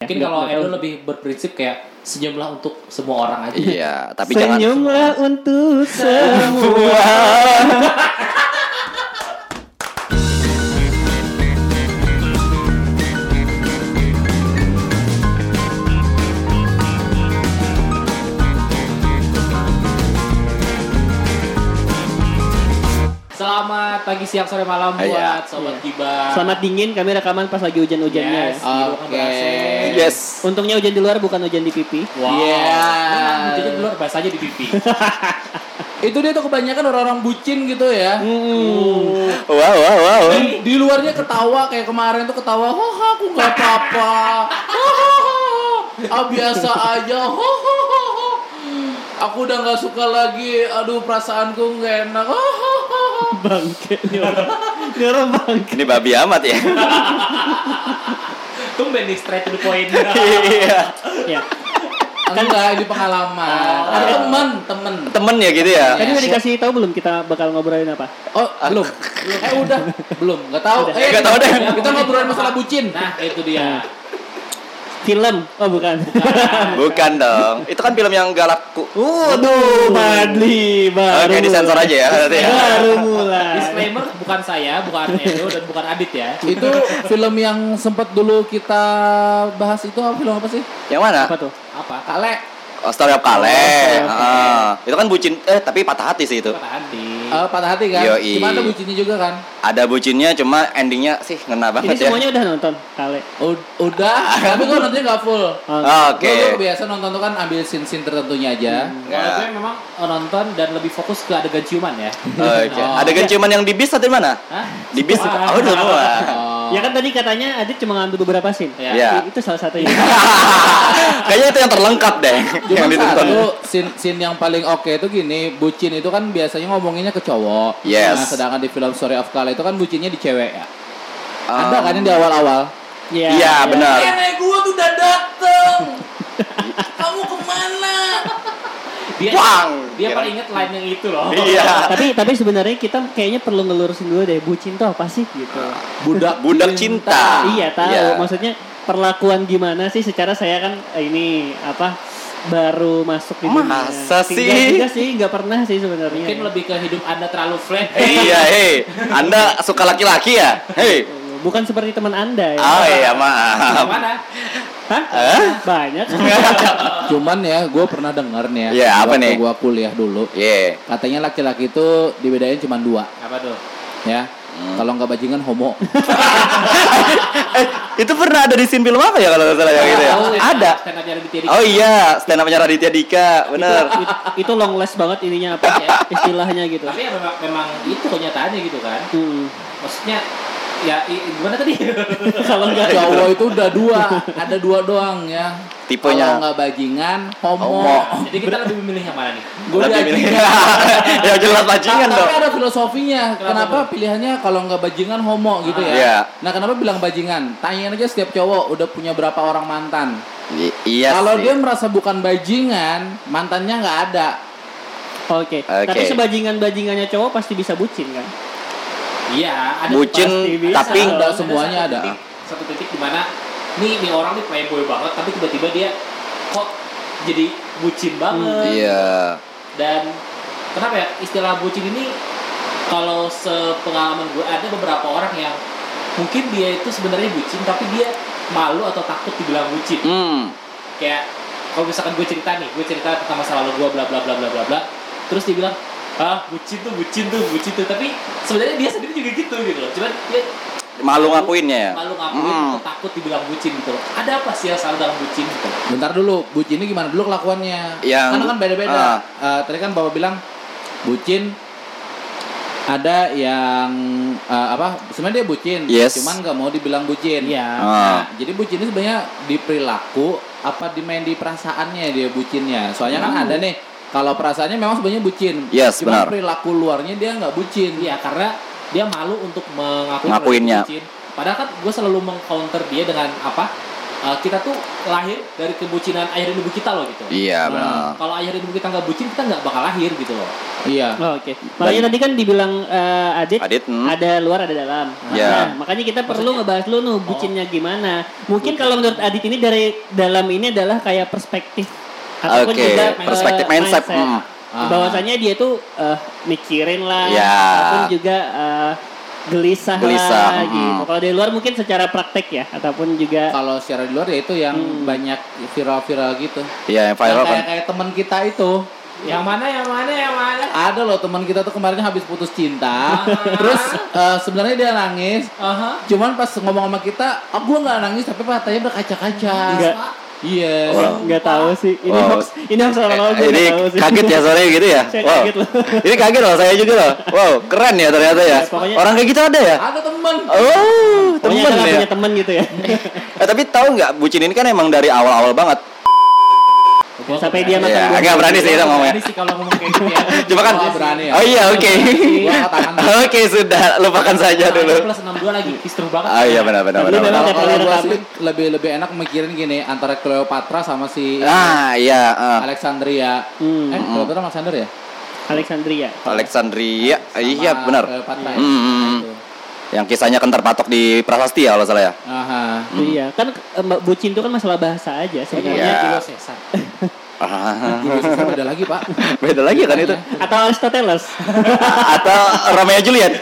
Mungkin kalau Edo lebih berprinsip kayak senyumlah untuk semua orang aja. Iya, tapi jangan senyumlah untuk semua. Selamat pagi, siang, sore, malam buat Sobat Gibah. Selamat dingin, kami rekaman pas lagi hujan-hujannya. Yes, ya. Yes. Untungnya hujan di luar bukan hujan di pipi. Wow. Yeah. Hujannya di luar, bahasa aja di pipi. Itu dia tuh kebanyakan orang-orang bucin gitu ya. Wow. Di luarnya ketawa kayak kemarin tuh ketawa, aku nggak apa-apa. Biasa aja. Aku udah nggak suka lagi. Aduh, perasaanku nggak enak. Bangke nih orang bangke. Ini babi amat ya. Tumben nih, straight to the point. Iya. Ya. Enggak, ini pengalaman. Ada temen Temen ya gitu ya. Tadi udah dikasih tahu belum kita bakal ngobrolin apa? Oh, belum. Udah. Belum. Nggak tahu. Nggak tahu deh. Kita ngobrolin masalah bucin. Nah, itu dia. Film? Oh bukan. Bukan dong. Itu kan film yang galakku. Waduh, Badli baru. Oke, disensor aja ya nanti ya. Baru mulai. Disclaimer, bukan saya, bukan Edo, dan bukan Adit ya. Itu film yang sempat dulu kita bahas itu film apa sih? Yang mana? Apa tuh? Apa? Kale. Oh, Story of Kale. Story of Kale. Itu kan bucin tapi patah hati sih itu. Patah hati. Patah hati kan? Yoi. Cuma ada bucinnya juga kan? Ada bucinnya cuma endingnya sih ngena Ini banget ya. semuanya udah nonton Kale. Udah, tapi gue nontonnya gak full. Oke. Gue kebiasaan nonton tuh kan ambil scene-scene tertentunya aja. Kalau gue memang nonton dan lebih fokus ke adegan ciuman ya. Oke. Adegan ciuman yang di bis atau di mana? Hah? Di bis. Oh, di semua. Ya kan tadi katanya Adit cuma ngambil beberapa scene. Iya. Itu salah satunya. Kayaknya itu yang terlengkap deh Cuma yang ditonton. satu scene yang paling oke itu gini, bucin itu kan biasanya ngomonginnya ke cowok. Yes. Nah, sedangkan di film Story of Kale itu kan bucinnya di cewek ya. Ada kan yang di awal-awal. Iya, benar. Nenek gua tuh udah dateng. Kamu kemana? Dia paling inget line yang itu loh. Iya. Tapi sebenarnya kita kayaknya perlu ngelurusin dulu deh, bucin tuh apa sih gitu. Budak cinta. Iya tahu. Iya. Maksudnya perlakuan gimana sih? Secara saya kan ini baru masuk di dunia. Masa sih? Enggak sih, nggak pernah sih sebenarnya. Mungkin lebih ke hidup Anda terlalu flat. Iya, Anda suka laki-laki ya? Bukan seperti teman Anda ya. Oh iya, maaf. Gimana? Hah? Banyak. Cuman ya, gue pernah denger nih ya. Iya, apa waktu nih? Gue kuliah dulu. Iya. Katanya laki-laki itu dibedain cuma 2. Apa tuh? Ya. Kalau nggak bajingan homo. Itu pernah ada di scene film apa ya kalau nggak salah yang gitu ya? Ada. Stand up-nya Raditya Dika. Oh iya, stand up-nya Raditya Dika, bener. Itu long last banget ininya apa ya? Istilahnya gitu. Tapi ya memang itu kenyataannya gitu kan. Maksudnya ya gimana tadi? Kalau enggak Cowok itu udah 2, ada 2 doang ya. Tipenya. Kalau nggak bajingan, homo. Jadi kita lebih memilih yang mana nih? Gue Lebih milih. bajingan. Ya jelas bajingan Tapi dong. ada filosofinya. Kenapa pilihannya kalau nggak bajingan homo gitu ya? Iya. Nah, kenapa bilang bajingan? Tanyain aja setiap cowok udah punya berapa orang mantan. Iya. Kalau sih. dia merasa bukan bajingan, mantannya nggak ada. Oke. Tapi sebajingan-bajingannya cowok pasti bisa bucin kan? Iya, ada Bucin, pasti bisa. tapi nggak semuanya ada. Satu titik di mana nih orang nih playboy banget, tapi tiba-tiba dia kok jadi bucin banget. Iya. Dan kenapa ya istilah bucin ini, kalau sepengalaman gue ada beberapa orang yang mungkin dia itu sebenarnya bucin tapi dia malu atau takut dibilang bucin. Kayak kalau misalkan gue cerita tentang masa lalu gue bla bla bla bla bla bla, terus dia bilang bucin tuh, tapi sebenarnya dia sendiri juga gitu loh. Cuman dia malu ngakuinnya ya. Malu ngakuin atau takut dibilang bucin gitu. Ada apa sih yang salah dalam bucin gitu? Bentar dulu, bucin ini gimana dulu kelakuannya? Karena kan beda-beda. Tadi kan Bapak bilang bucin ada yang sebenarnya dia bucin, cuman nggak mau dibilang bucin. Iya. Nah, jadi bucin ini sebenarnya di perilaku apa di perasaannya dia bucinnya. Soalnya kan ada nih, kalau perasaannya memang sebenarnya bucin. Yes, cuma benar. perilaku luarnya dia nggak bucin. Iya, karena dia malu untuk Ngakuinnya. bucin. Padahal kan gue selalu meng-counter dia dengan apa? kita tuh lahir dari kebucinan ayah dan ibu kita loh gitu. Iya benar. Kalau ayah dan ibu kita nggak bucin, kita nggak bakal lahir gitu loh. Iya. Oke. Makanya tadi kan dibilang Adit ada luar ada dalam. Iya. Nah, makanya kita perlu ngebahas dulu nih bucinnya gimana. Mungkin kalau menurut Adit ini dari dalam ini adalah kayak perspektif ataupun juga perspektif mindset. Bahwasanya dia tuh mikirin lah, ataupun juga gelisah lah gitu. Kalau dari luar mungkin secara praktek ya, ataupun juga kalau secara di luar ya itu yang banyak viral-viral gitu. Iya, yang viral kan. Kayak teman kita itu. Yang mana? Ada loh teman kita tuh kemarin habis putus cinta. Terus sebenarnya dia nangis. Cuman pas ngomong sama kita, gue nggak nangis tapi matanya berkaca-kaca. Iya. Nggak tahu sih. Ini hoax lama-lama gue ini tahu sih. kaget ya soalnya gitu ya. Saya kaget loh. Ini kaget loh, saya juga loh. Wow, keren ya ternyata ya. Orang kayak gitu ada ya? Ada teman. Oh, teman ya. Punya teman gitu ya. Tapi tahu nggak, bucin ini kan emang dari awal-awal banget. Sampai dia makan ya, agak berani sih kita ngomongnya. Berani sih kalau ngomong kayak gitu ya. Cuma kan berani ya. Oh iya, oke. Oke, sudah lupakan saja dulu. Plus 62 lagi, kisruh banget. Oh iya benar. Kalau gua sih lebih enak mikirin gini antara Cleopatra sama si Alexandria. Cleopatra Alexandria ya? Alexandria. Iya benar. Cleopatra. Yang kisahnya kentar patok di prasasti ya kalau salah ya. Iya, kan bucin itu kan masalah bahasa aja sebenarnya. Beda lagi Pak. Beda lagi kan itu. Atau Aristoteles. Atau Romeo Juliet.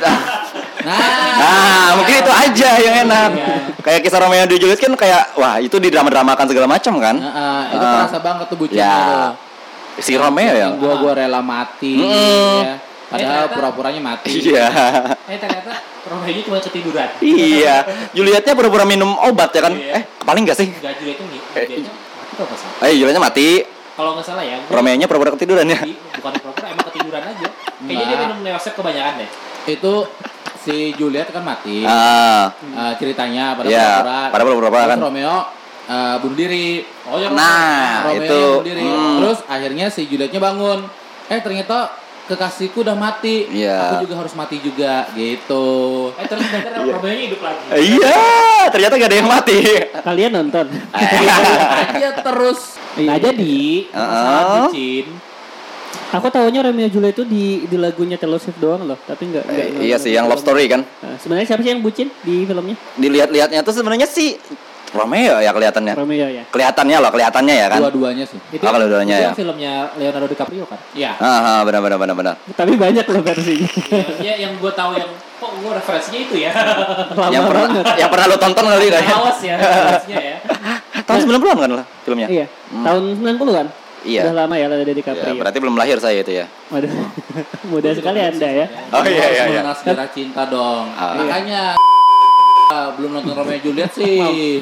Nah, mungkin itu aja yang enak. Kayak kisah Romeo dan Juliet kan kayak wah itu didrama-dramakan segala macam kan. Itu terasa banget tuh bucinnya. Ya. Si Romeo ya. Gua rela mati ya. Padahal pura-puranya mati. Iya. Ternyata Romeo cuma ketiduran. Iya. Julietnya pura-pura minum obat ya kan? Paling enggak sih? Enggak, Julietnya mati kalau nggak salah. Julietnya mati. Kalau nggak salah ya. Romeo-nya pura-pura ketiduran ya. Bukan pura-pura, emang ketiduran aja. Kayaknya dia minum Neosep kebanyakan deh. Itu si Juliet kan mati. Ceritanya pada pura-pura kan. Romeo bunuh diri. Oh ya. Nah, Romeo itu. Bunuh diri. Terus akhirnya si Julietnya bangun. Ternyata kekasihku udah mati. Aku juga harus mati juga gitu. Terus ternyata Romeo hidup lagi. Iya, ternyata gak ada yang mati. Kalian nonton. Aja terus. Nah jadi masalah bucin. Aku tahunya Romeo Juliet itu di lagunya Taylor Swift doang loh, tapi enggak. Iya sih, yang love story kan. Sebenarnya siapa sih yang bucin di filmnya? Dilihat-lihatnya tuh sebenarnya sih Romeo ya kelihatannya. Romeo ya. Kelihatannya ya kan. Dua-duanya sih. Itu kalau dua-duanya ya. Filmnya Leonardo DiCaprio kan? Iya. Benar. Tapi banyak loh versinya. Iya, yang gue tahu yang kok gue referensinya itu ya. yang pernah lo tonton kali kan? Awas ya referensinya ya. Tahun 90-an kan lah filmnya? Iya. Tahun 90-an. Iya. Udah lama ya Leonardo DiCaprio. Ya, berarti belum lahir saya itu ya. Waduh. Mudah sekali Anda ya. Oh iya. Sejarah cinta dong. Makanya belum nonton Romeo Juliet sih.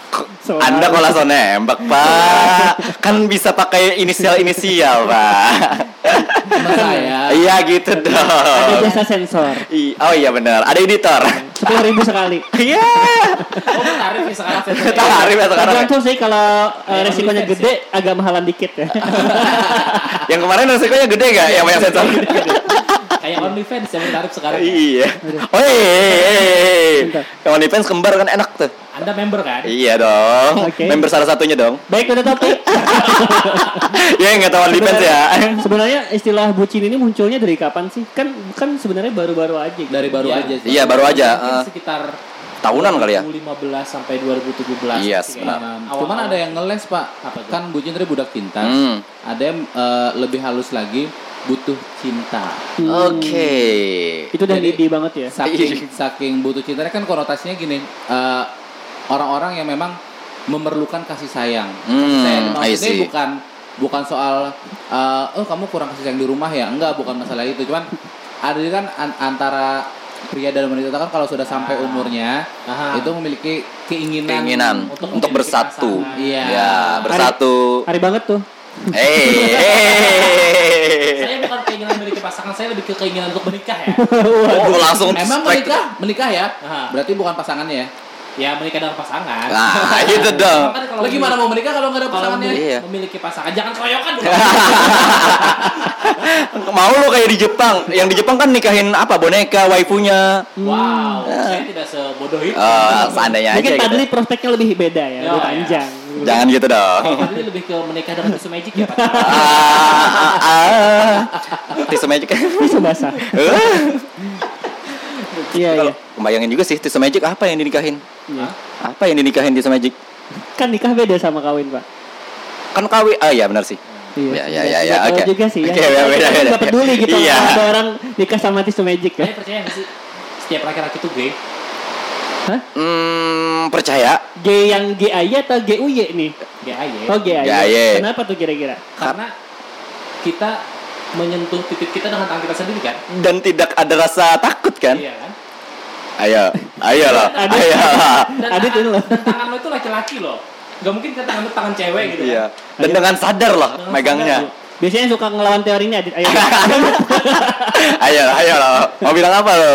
Anda kalau langsung nembak Pak. Kan bisa pakai inisial Pak. Sama saya. Iya gitu dong. Ada jasa sensor. Oh iya benar. Ada editor. 10.000 sekali. Iya. Tarif nih sekarang. Tarif ya sekarang. Tergantung sih kalau resikonya gede agak mahalan dikit ya. Yang kemarin resikonya gede gak? Yang banyak sensor. Kayak OnlyFans yang tarif sekarang. Iya. Oh yang OnlyFans kembar kan enak tuh. Anda member kan? Iya dong. Member salah satunya dong. Baik, udah topik. Ya nggak tahu OnlyFans ya. Sebenarnya istilah bucin ini munculnya dari kapan sih? Kan sebenarnya baru-baru aja. Dari baru aja sih. Iya baru aja. Sekitar tahunan kali ya. 2015 sampai 2017. Iya, cuman ada yang ngeles Pak. Kan bucin tadi budak cinta. Ada yang lebih halus lagi. Butuh cinta. Oke. Itu udah di banget ya. Saking butuh cinta kan konotasinya gini. Orang-orang yang memang memerlukan kasih sayang. Maksudnya bukan soal kamu kurang kasih sayang di rumah ya. Enggak, bukan masalah itu. Cuman ada kan antara pria dan wanita kan kalau sudah sampai umurnya itu memiliki keinginan untuk bersatu. Iya. Ya, bersatu. Hari banget tuh. Saya bukan keinginan memiliki pasangan, saya lebih ke keinginan untuk menikah ya. Langsung emang menikah ya? Berarti bukan pasangannya ya? Ya menikah dengan pasangan. Nah, itu dong. Lo gimana mau menikah kalau nggak ada pasangannya? Iya. Memiliki pasangan, jangan keroyokan dong. Mau lo kayak di Jepang. Yang di Jepang kan nikahin apa? Boneka, waifunya. Wow, saya tidak sebodoh itu. Seandainya aja. Mungkin Padli prospeknya lebih beda ya, lebih panjang. Jangan gitu dong. Padli lebih ke menikah dengan tisu magic ya, Pak. Tisu magic. Tisu basah. Iya. Bayangin juga sih tisu magic apa yang dinikahin? Iya. Apa yang dinikahin tisu magic? Kan nikah beda sama kawin, Pak. Kan kawin. Iya benar sih. Iya. Oke. Juga sih ya. Beda. Enggak peduli gitu ada orang nikah sama tisu magic ya. Saya percaya enggak sih setiap laki-laki itu gay? Hah? Percaya. G yang GAY atau GUY nih? GAY. Oh, GAY. Kenapa tuh kira-kira? Karena kita menyentuh titik kita dengan tangan kita sendiri kan? Dan tidak ada rasa takut kan? Iya kan? Ayolah. Adit ini loh. Dan tangan lo itu laki-laki loh. Gak mungkin kan tangan lo tangan cewek gitu iya. kan? Dan dengan sadar loh megangnya. Biasanya suka ngelawan teori ini Adit. Ayolah. Mau bilang apa lo?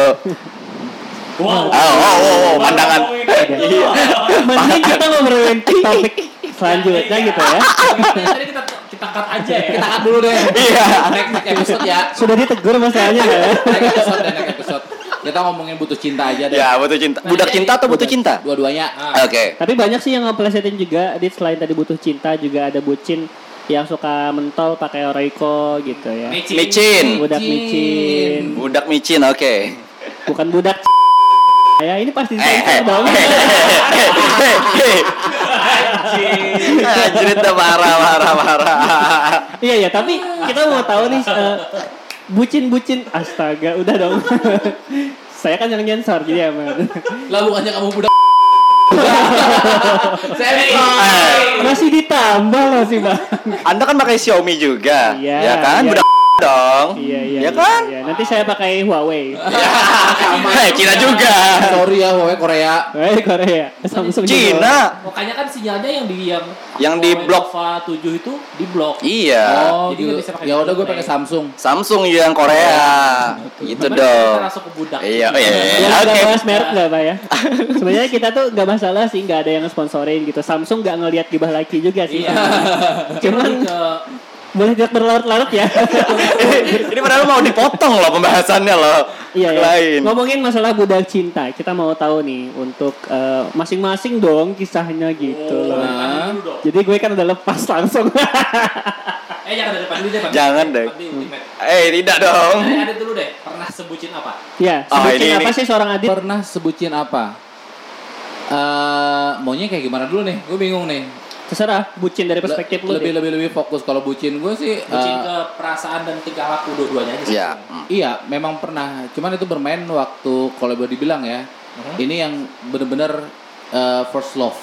Wow, pandangan. Iya. Mending kita ngobrolin topik selanjutnya gitu ya. Tadi kita cut aja ya. Kita cut dulu deh. Iya. Next episode ya. Sudah ditegur masalahnya ya. Next episode. Kita ngomongin butuh cinta aja deh. Ya, butuh cinta. Budak cinta atau butuh cinta? Dua-duanya. Oke. Tapi banyak sih yang ngeplesetin juga. Adit selain tadi butuh cinta juga ada bucin yang suka mentol pakai Oroiko gitu ya. Micin. Budak micin, oke. Bukan budak ya, ini pasti dong. Anjir, marah. Iya, tapi kita mau tahu nih bucin. Astaga, udah dong. Saya kan yang nyensor jadi aman. Lah bukannya kamu budak. Masih ditambah loh sih, Bang. Anda kan pakai Xiaomi juga. Iya, ya kan? Iya. Budak dong. Iya. Ya kan? Iya. Nanti saya pakai Huawei. Cina juga. Sorry ya, Huawei Korea. Korea. Samsung Cina. Makanya kan sinyalnya yang di blok Nova 7 itu di blok. Iya. Oh, jadi gitu. Ya udah gue pakai Samsung. Samsung yang Korea. Gitu dong. Kita langsung ke budak. Iya. Oke. Bahas merek enggak, Pak ya? Sebenarnya kita tuh enggak masalah sih, enggak ada yang sponsorin gitu. Samsung enggak ngelihat gibah laki juga sih. Iya. Cuman boleh tidak berlarut-larut ya. Ini padahal mau dipotong loh pembahasannya loh. Iya. Lain. Ngomongin masalah budak cinta, kita mau tahu nih untuk masing-masing dong kisahnya gitu loh. Jadi gue kan udah lepas langsung. Jangan dari Padli deh, Pak. Jangan deh. Tidak dong. Adit dulu deh. Pernah sebutin apa? Ya, sebutin apa sih seorang Adit? Pernah sebutin apa? Maunya kayak gimana dulu nih? Gue bingung nih. Terserah, bucin dari perspektif lu. Lebih fokus kalau bucin gue sih. Bucin ke perasaan dan tingkah laku dua-duanya aja sih. Iya, memang pernah. Cuman itu bermain waktu kalau boleh dibilang ya. Ini yang benar-benar first love.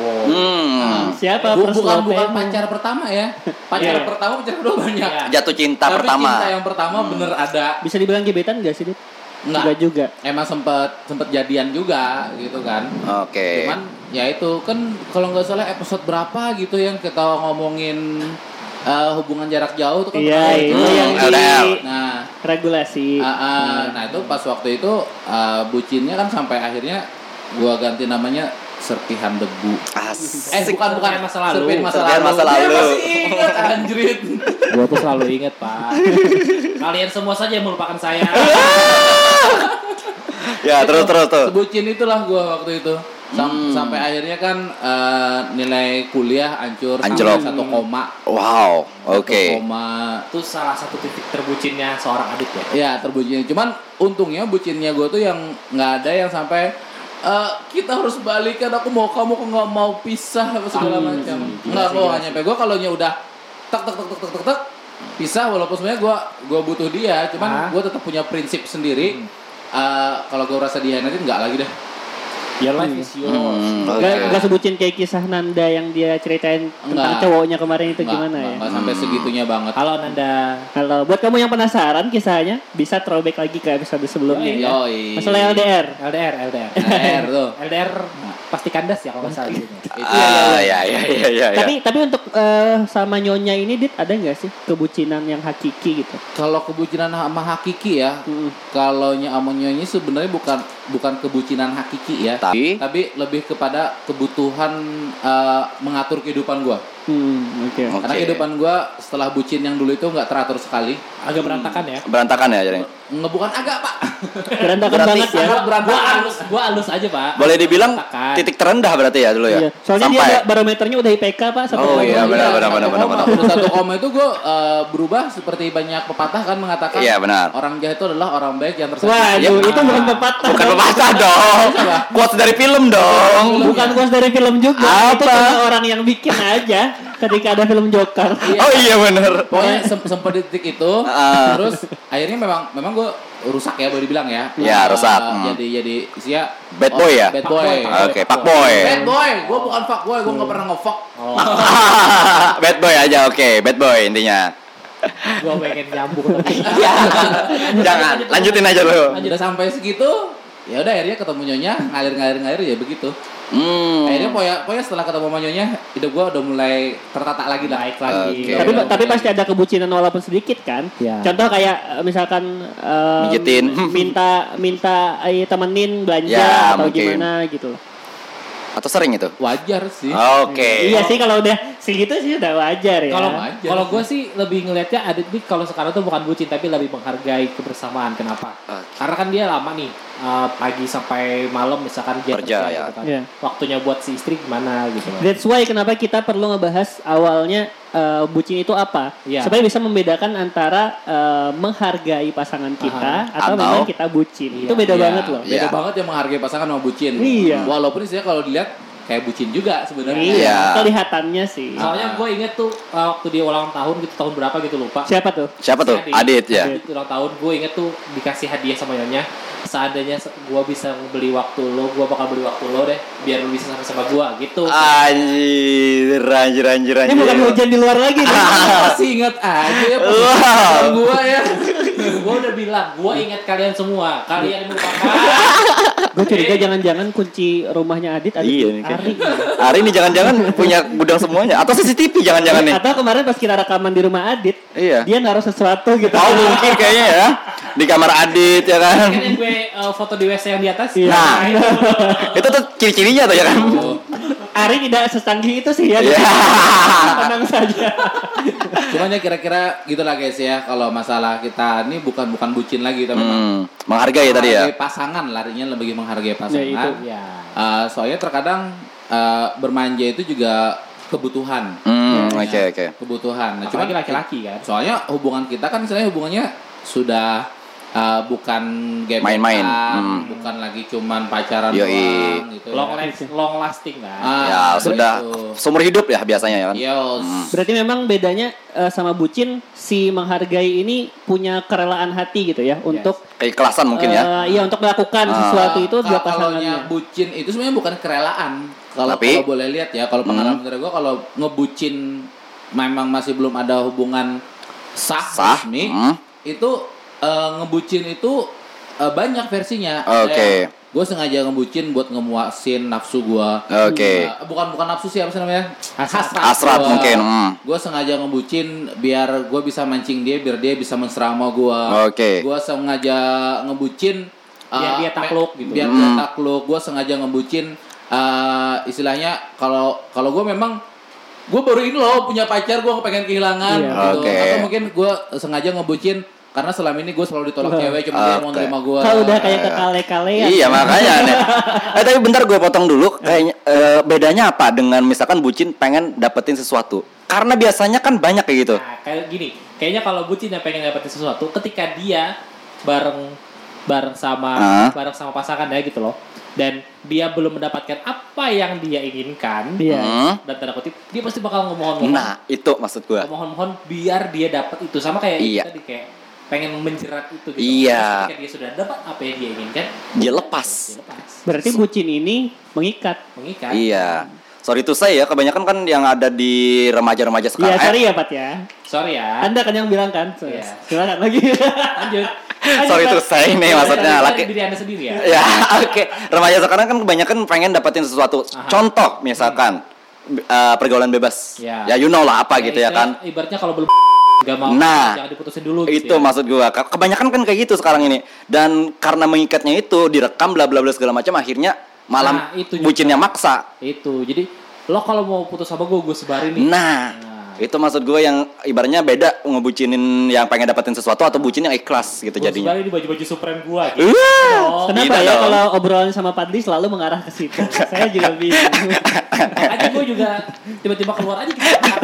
Siapa first love? Bukan pacar pertama ya. Pacar pertama, pacar kedua banyak. Jatuh cinta tapi pertama. Cinta yang pertama bener ada. Bisa dibilang gebetan gak sih, Dit? Enggak juga. Emang sempet jadian juga gitu kan. Oke. Cuman ya itu kan kalau nggak salah episode berapa gitu yang kita ngomongin hubungan jarak jauh tuh kan. Iya, itu yang regulasi. Nah itu pas waktu itu bucinnya kan sampai akhirnya gua ganti namanya Serpihan Debu. Bukan masa lalu. Serpihan masa lalu. Masih ingat anjrit. Gua tuh selalu ingat, Pak. Kalian semua saja yang melupakan saya. Ya, terus. Sebucin itulah gua waktu itu. Sampai akhirnya kan nilai kuliah hancur sampai 1 koma. Wow, oke. Itu salah satu titik terbucinnya seorang Adit ya. Iya, terbucinnya. Cuman untungnya bucinnya gue tuh yang nggak ada yang sampai kita harus balikan, aku mau kamu kok nggak mau pisah segala macam. Nggak, gue hanya gue kalau nya udah tek pisah, walaupun sebenarnya gue butuh dia, cuman gue tetap punya prinsip sendiri. Kalau gue rasa dihianatin nggak lagi deh. Your life is yours. Gak sebutin kayak kisah Nanda yang dia ceritain tentang cowoknya kemarin itu gimana ya? Enggak sampai segitunya banget. Halo Nanda. Kalau buat kamu yang penasaran kisahnya, bisa throwback lagi ke episode sebelumnya ya. Masalah LDR tuh. LDR pasti kandas ya kalau nggak salah gitu. Iya. Tapi untuk sama nyonya ini Dit, ada nggak sih kebucinan yang hakiki gitu? Kalau kebucinan sama hakiki ya, kalau nya sama nyonya sebenarnya bukan bukan kebucinan hakiki ya, tapi lebih kepada kebutuhan mengatur kehidupan gue. Karena kehidupan gue setelah bucin yang dulu itu nggak teratur sekali, agak berantakan ya. Berantakan ya jadi. Bukan agak pak. Berantakan banget ya. Gua halus aja pak. Boleh dibilang titik terendah berarti ya dulu ya. Iya. Soalnya dia ada barometernya udah IPK pak. Oh iya benar. 1 koma itu gue berubah seperti banyak pepatah kan mengatakan. Iya benar. Orang jahat itu adalah orang baik yang tersakiti. Waduh, itu bukan pepatah. Bukan pepatah dong. Quotes dari film dong. Bukan quotes dari film juga. Itu cuma orang yang bikin aja ketika ada film Joker. Oh iya benar. Pokoknya sempat di titik itu. Terus akhirnya memang gue rusak ya, boleh dibilang ya. Iya rusak. Jadi sia bad boy ya. Bad boy. Oke, fuck boy. Bad boy. Gue bukan fuck boy. Gue nggak pernah nge-fuck. Bad boy aja, oke. Bad boy intinya. Gue pengen nyambung tapi. Jangan, lanjutin aja lo. Udah sampai segitu, ya udah akhirnya ketemu nyonya, ngalir ya begitu. Akhirnya pokoknya setelah ketemu sama nyonya, hidup gue udah mulai tertata lagi lah. Tapi pasti ada kebucinan walaupun sedikit kan. Ya. Contoh kayak misalkan mijetin, minta temenin belanja ya, atau mungkin. Gimana gitu loh. Atau sering itu? Wajar sih. Oke. Iya sih kalau udah segitu sih udah wajar ya. Kalau gue sih lebih ngelihatnya Adit nih kalau sekarang tuh bukan bucin tapi lebih menghargai kebersamaan. Kenapa? Karena kan dia lama nih pagi sampai malam misalkan dia kerja ya. Gitu kan. Yeah. Waktunya buat si istri gimana gitu. That's why kenapa kita perlu ngebahas awalnya bucin itu apa? Yeah. Supaya bisa membedakan antara menghargai pasangan kita atau memang kita bucin. Yeah. Itu beda banget loh. Beda banget yang menghargai pasangan sama bucin. Iya. Walaupun istilahnya kalau dilihat kayak bucin juga sebenarnya. Iya. Kelihatannya sih. Soalnya gue inget tuh waktu dia ulang tahun gitu, tahun berapa gitu lupa. Siapa tuh? Adit ya. Adit ulang tahun, gue inget tuh dikasih hadiah sama nyonya. Seandainya gue bisa beli waktu lo, gue bakal beli waktu lo deh, biar lo bisa sama gue gitu. Anjir. Ini bukan hujan di luar lagi nih. Masih ingat aja ya pesan gue ya. Gue udah bilang, gue ingat kalian semua. Kalian melupakan. Gue curiga jangan-jangan kunci rumahnya Adit ada Ari ini jangan-jangan punya gudang semuanya atau CCTV jangan-jangan nih. Atau kemarin pas kita rekaman di rumah Adit, dia naruh sesuatu gitu. Oh mungkin kayaknya ya di kamar Adit ya kan. Kan yang gue foto di WC yang di atas. Nah, itu tuh ciri-cirinya tuh ya kan. Ari tidak secanggih itu sih ya. Tenang saja. Cuman ya kira-kira gitulah guys ya, kalau masalah kita ini bukan bucin lagi tapi menghargai tadi ya. Pasangan, larinya lebih menghargai pasangan. Ya, itu, ya. Soalnya terkadang bermanja itu juga kebutuhan. Oke. Kebutuhan. Nah, cuma laki-laki kan. Soalnya hubungan kita kan misalnya hubungannya sudah bukan game main-main, bukan lagi cuman pacaran doang gitu. Long lasting kan. Ya sudah seumur hidup ya biasanya ya kan. Berarti memang bedanya sama bucin, si menghargai ini punya kerelaan hati gitu ya untuk keikhlasan mungkin ya. Iya, untuk melakukan sesuatu itu dua pasangannya. Bucin itu sebenarnya bukan kerelaan. Kalau boleh lihat ya, kalau pengalaman dari gue, kalau ngebucin memang masih belum ada hubungan sah resmi, itu ngebucin itu banyak versinya. Oke. Gue sengaja ngebucin buat ngemuasin nafsu gue. Oke. Bukan nafsu sih, apa sih namanya? Hasrat mungkin. Gue sengaja ngebucin biar gue bisa mancing dia, biar dia bisa mesra sama gue. Oke. Gue sengaja ngebucin biar dia takluk gitu. Biar dia takluk. Gue sengaja ngebucin istilahnya kalau gue memang gue baru ini loh punya pacar, gue pengen kehilangan gitu. Atau mungkin gue sengaja ngebucin karena selama ini gue selalu ditolak cewek, cuma dia mau nerima gue. Kalau udah kayak kekale-kalean. Iya makanya. Tapi bentar gue potong dulu. Kayaknya bedanya apa dengan misalkan bucin pengen dapetin sesuatu? Karena biasanya kan banyak kayak gitu. Nah, kayak gini. Kayaknya kalau bucin yang pengen dapetin sesuatu, ketika dia bareng sama pasangan ya gitu loh. Dan dia belum mendapatkan apa yang dia inginkan, dan tanda kutip dia pasti bakal ngomohon. Nah itu maksud gue. Ngomohon biar dia dapat itu, sama kayak tadi kayak pengen menjerat itu gitu. Iya. Ketika dia sudah dapat apa yang dia inginkan, dia lepas. Berarti bucin ini mengikat. Iya. Sorry to say ya, kebanyakan kan yang ada di remaja-remaja sekarang. Iya, sorry ya Pat ya. Sorry ya. Anda kan yang bilang kan. Iya. Silakan lagi. Lanjut. Sorry to say nih maksudnya laki. Diri Anda sendiri ya. Ya, oke. Remaja sekarang kan kebanyakan pengen dapetin sesuatu. Contoh misalkan pergaulan bebas. Ya you know lah apa gitu ya kan. Ibaratnya kalau belum Gak mau, jangan diputusin dulu gitu. Itu ya. Maksud gue. Kebanyakan kan kayak gitu sekarang ini. Dan karena mengikatnya itu direkam bla bla bla segala macam, akhirnya malam bucinnya maksa. Itu. Jadi lo kalau mau putus sama gue sebarin nih. Itu maksud gue yang ibaratnya beda ngebucinin yang pengen dapetin sesuatu atau bucin yang ikhlas gitu jadinya. Sebarin di baju-baju Supreme gue gitu. Kenapa ya kalau obrolan sama Padli selalu mengarah ke situ? Saya juga bingung. Aja gue juga tiba-tiba keluar aja gitu.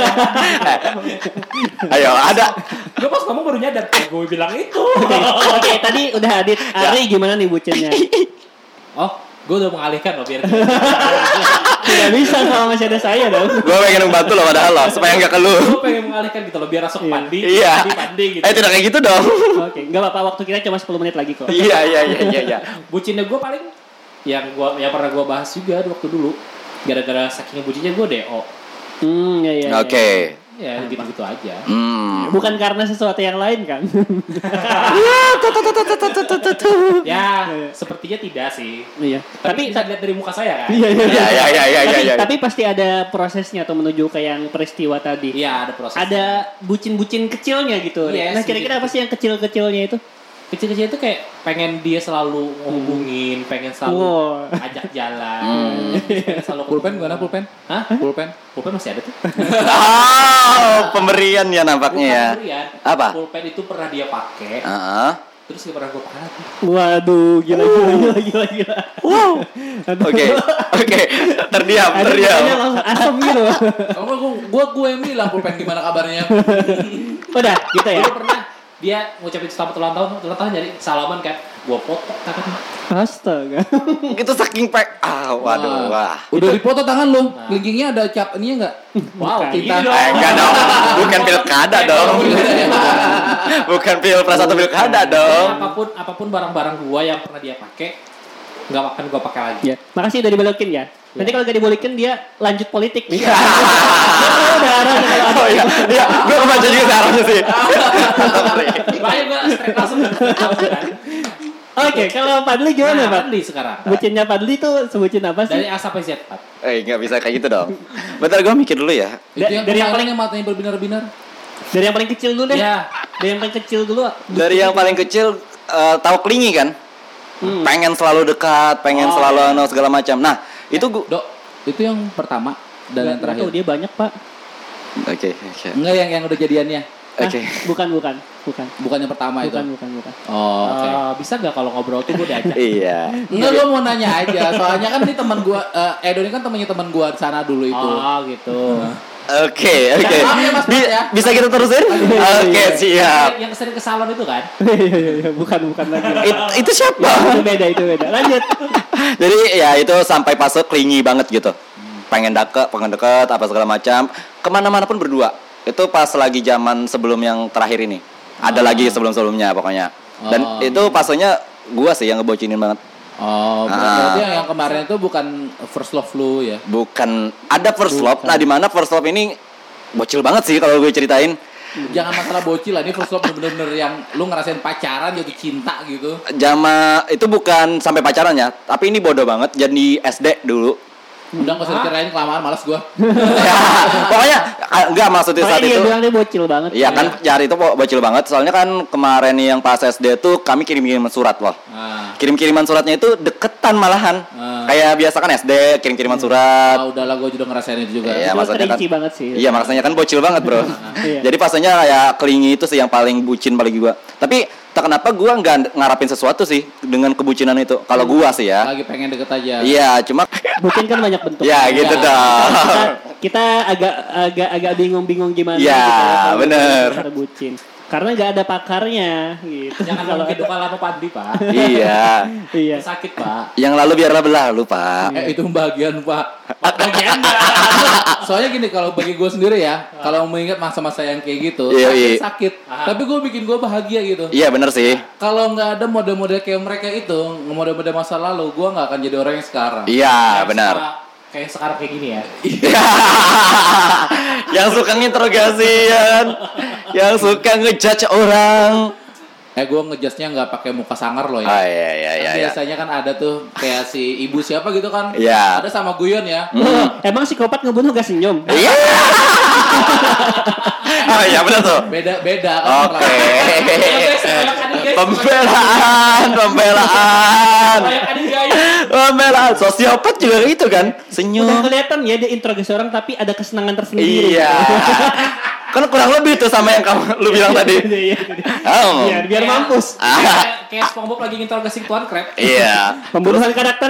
Ayo ada. Gue pas ngomong baru nyadar gue bilang itu. Oke, tadi udah Adit. Ari gimana nih bucinnya? Gue udah mengalihkan loh biar tidak bisa kalau masih ada saya dong. Gue pengen membantu loh padahal loh supaya nggak keluh. Gue pengen mengalihkan gitu loh biar masuk Pandi. Iya. Pandi gitu. Tidak kayak gitu dong. Oke, nggak apa-apa, waktu kita cuma 10 menit lagi kok. Iya. Bucinnya gue paling yang pernah gue bahas juga waktu dulu. Gara-gara saking bucinnya gue DO. Iya. Oke. Ya gitu-gitu aja. Bukan karena sesuatu yang lain kan? Ya, sepertinya tidak sih. Iya. Tapi bisa dilihat dari muka saya kan. Iya. Tapi pasti ada prosesnya atau menuju ke yang peristiwa tadi. Iya, ada prosesnya. Ada bucin-bucin kecilnya gitu. Yes, nah, kira-kira apa sih yang kecil-kecilnya itu? Kecil-kecil itu kayak pengen dia selalu ngehubungin, pengen selalu ajak jalan. Pulpen gimana pulpen? Hah? Pulpen masih ada tuh. Pemberian ya nampaknya ya. Pemberian. Apa? Pulpen itu pernah dia pakai. Terus gak pernah gue pakai lagi. Waduh, gila. Wow. Oke. Terdiam. Langsung asem gitu. Gue yang bilang pulpen gimana kabarnya. Udah, gitu ya. Gue pernah dia ngucapin selamat ulang tahun jadi salaman kan, gua foto tangan. Astaga. Itu saking waduh. Udah dipoto tangan lu. Kelingkingnya ada cap ini enggak? Wow, kita. Enggak dong. Bukan pilkada dong. Bukan pilpres atau pilkada dong. Apapun barang-barang gua yang pernah dia pakai, enggak akan gua pakai lagi. Ya. Makasih udah dibalikin ya. Nanti kalau gak dibalikin dia lanjut politik nih. Iya, gue kebaca juga arahnya sih. Makanya gue straight langsung. Oke, kalau Padli gimana, Pak? Padli sekarang. Bucinnya Padli tuh sebutin apa sih? Dari A sampai Z, Pak. Nggak bisa kayak gitu dong. Bentar, gue mikir dulu ya. Dari yang paling matanya berbinar-binar. Dari yang paling kecil dulu deh. Iya. Dari yang paling kecil dulu. Dari yang paling kecil tahu kelingi kan? Pengen selalu dekat, pengen selalu segala macam. Nah, itu itu yang pertama dan yang terakhir. Dia banyak, Pak. Oke. Enggak yang udah jadiannya. Oke. Bukan. Bukan yang pertama itu. Bukan. Oh, oke. Bisa enggak kalau ngobrol tuh gue diajak? Iya. Enggak, gue mau nanya aja. Soalnya kan ini teman gue, Edo ini kan temannya teman gue di sana dulu itu. Oh, gitu. Oke. Bisa kita terusin? Oke, siap. Yang sering ke salon itu kan? Iya, bukan lagi. Itu siapa? Itu beda. Lanjut. Jadi ya itu sampai fase klingi banget gitu. Pengen deket, apa segala macam. Kemana-mana pun berdua. Itu pas lagi zaman sebelum yang terakhir ini. Ada lagi sebelum-sebelumnya pokoknya. Dan itu fasenya gua sih yang ngebocinin banget. Berarti yang kemarin itu bukan first love lu ya? Bukan, ada first love. Nah, di mana first love ini bocil banget sih kalau gue ceritain. Jangan masalah bocil lah, ini first love bener-bener yang lu ngerasain pacaran jatuh cinta gitu. Itu bukan sampai pacaran ya, tapi ini bodoh banget. Jadi SD dulu. Udah gak usah diceritain kelamaan, malas gue. Pokoknya enggak maksudnya saat itu. Dia bilang dia bocil banget. Iya kan, jari itu bocil banget. Soalnya kan kemarin yang pas SD tuh kami kirim-kiriman surat loh. Kirim-kiriman suratnya itu deketan malahan. Kayak biasa kan SD kirim-kiriman surat. Udahlah, gue juga ngerasain itu juga. Iya, maksudnya kan banget sih. Iya, maksudnya kan bocil banget, Bro. Jadi fasenya kayak kelingi itu sih yang paling bucin bagi gua. Tapi tak kenapa gua nggak ngarapin sesuatu sih dengan kebucinan itu. Kalau gua sih ya. Lagi pengen deket aja. Iya, cuma bucin kan banyak bentuk. Ya, gitu dong. Kita agak bingung gimana ya, bener. Bucin. Karena nggak ada pakarnya gitu. Jangan kalau hidup lama Pandi, Pak. Iya. Sakit, Pak. Yang lalu biarlah berlalu, Pak. Itu pembagian, Pak. Pembagian. Soalnya gini, kalau bagi gue sendiri ya, kalau mengingat masa-masa yang kayak gitu, sakit. Tapi gue bikin gue bahagia gitu. Iya, bener sih. Kalau nggak ada model-model kayak mereka itu, model-model masa lalu, gue nggak akan jadi orang yang sekarang. Iya, benar. Kayak sekarang kayak gini ya. Yang suka nginterogasi ya kan. Yang suka ngejudge orang. gue ngejasnya nggak pakai muka sangar loh ya. Iya. Biasanya kan ada tuh kayak si ibu siapa gitu kan. Iya. Ada sama guyon ya. Emang psikopat ngebunuh gak senyum? Iya. Oh iya benar tuh. Beda kan. Oke. Pembelaan. Sosiopat juga gitu kan. Senyum. Udah kelihatan ya dia interogasi orang tapi ada kesenangan tersendiri. Iya. Kan kurang lebih tuh sama yang lu bilang tadi. Iya, biar mampus. Kayak SpongeBob lagi interogasi Tuan Crab. Iya. Pembunuhan karakter.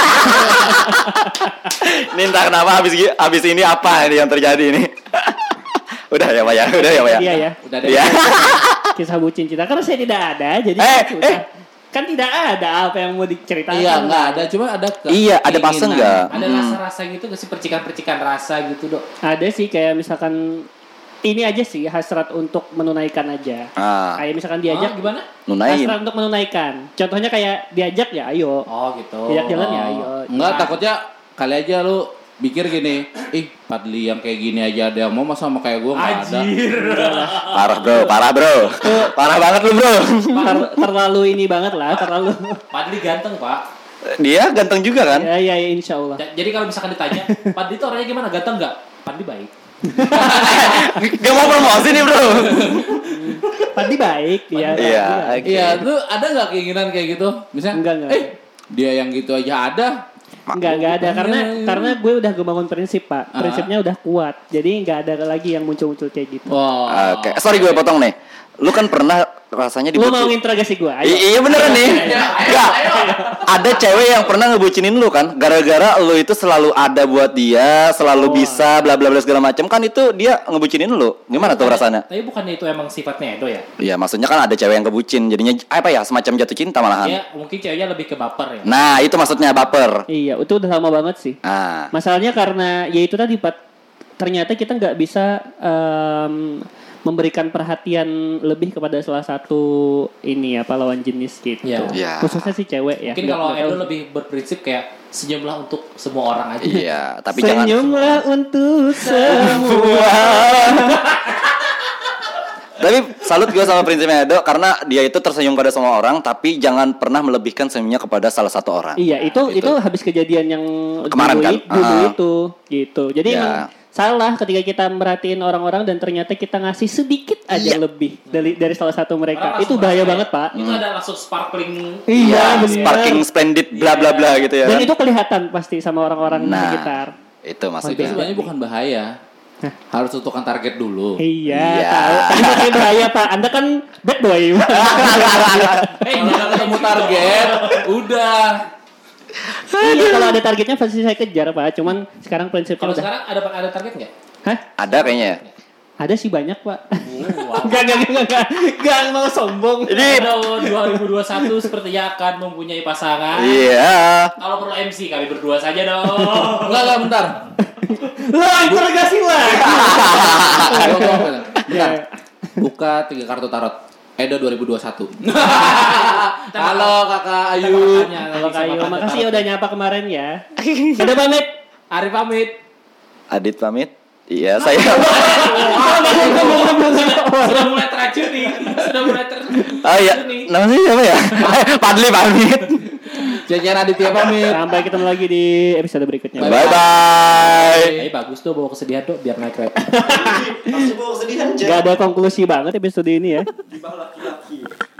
Ini entah kenapa habis ini apa ini yang terjadi ini. Udah ya Pak ya. Iya ya. Udah deh. Iya. Kisah bucin cinta karena saya tidak ada jadi kan tidak ada apa yang mau diceritakan. Iya, enggak ada, cuma ada Iya, ada fase enggak? Ada rasa-rasa gitu enggak sih, percikan-percikan rasa gitu, Dok? Ada sih kayak misalkan ini aja sih hasrat untuk menunaikan aja. Kayak misalkan diajak gimana? Nunain. Hasrat untuk menunaikan. Contohnya kayak diajak ya ayo. Oh gitu. Diajak jalan ya ayo. Enggak, takutnya kali aja lu pikir gini, Padli yang kayak gini aja ada yang mau, masa sama kayak gue nggak ada. Parah bro. Parah banget lu bro. Terlalu ini banget lah, terlalu. Padli ganteng Pak. Dia ganteng juga kan? Ya insya Allah. Jadi kalau misalkan ditanya, Padli itu orangnya gimana, ganteng nggak? Padli baik. Gak mau promosi nih bro. Padli baik dia. Iya, lu ada nggak keinginan kayak gitu? Misalnya, enggak. Dia yang gitu aja ada. Enggak ada karena gue udah ngebangun prinsip Pak. Prinsipnya udah kuat. Jadi enggak ada lagi yang muncul-muncul kayak gitu. Oke. Sorry gue potong nih. Lu kan pernah rasanya dibucin. Lu mau interogasi gue? Iya beneran nih. Enggak. Ada cewek yang pernah ngebucinin lu kan, gara-gara lu itu selalu ada buat dia, selalu bisa bla bla bla segala macam, kan itu dia ngebucinin lu. Gimana tuh rasanya? Tapi bukannya itu emang sifatnya Edo ya? Iya, maksudnya kan ada cewek yang kebucin, jadinya apa ya, semacam jatuh cinta malahan. Iya, mungkin ceweknya lebih ke baper ya. Nah, itu maksudnya baper. Iya, itu udah lama banget sih. Masalahnya karena ya itu tadi Pak, ternyata kita nggak bisa memberikan perhatian lebih kepada salah satu ini ya lawan jenis gitu. Yeah. Khususnya si cewek ya. Mungkin kalau Edo lebih berprinsip kayak senyumlah untuk semua orang aja. Iya, tapi senyumlah untuk semua. Tapi salut gue sama prinsipnya Edo karena dia itu tersenyum pada semua orang, tapi jangan pernah melebihkan senyumnya kepada salah satu orang. Iya, itu habis kejadian yang kemarin dulu itu gitu. Jadi emang salah ketika kita merhatiin orang-orang dan ternyata kita ngasih sedikit aja lebih dari salah satu mereka. Itu bahaya banget Pak. Itu ada langsung sparkling. Iya, sparkling splendid bla bla bla gitu ya. Dan itu kelihatan pasti sama orang-orang di sekitar. Itu maksudnya. Sebenarnya bukan bahaya. Harus tentukan target dulu. Iya, tahu. Tapi pakai bahaya Pak. Anda kan bad boy. Jangan ketemu target. Udah. Iya, kalau ada targetnya pasti saya kejar Pak. Cuman sekarang prinsipnya kalau sekarang ada target nggak? Hah? Ada kayaknya. Ada sih banyak Pak. Gak mau sombong. Ini 2021 sepertinya akan mempunyai pasangan. Iya. Kalau perlu MC kami berdua saja dong. Enggak bentar. Lah interogasi lagi. Bentar. Buka 3 kartu tarot. Edo 2021. Halo Kakak Ayu. Halo Kak Ayu. Makasih udah nyapa kemarin ya. Udah pamit. Arif pamit. Adit pamit. Iya, saya. Sudah mulai teracuni. Oh iya. Namanya siapa ya? Padli pamit. Jajan Aditya pamit. Sampai ketemu lagi di episode berikutnya. Bye bye. Bagus tuh bawa kesedihan tuh biar naik rap. Gak ada konklusi banget episode ini ya. Laki-laki.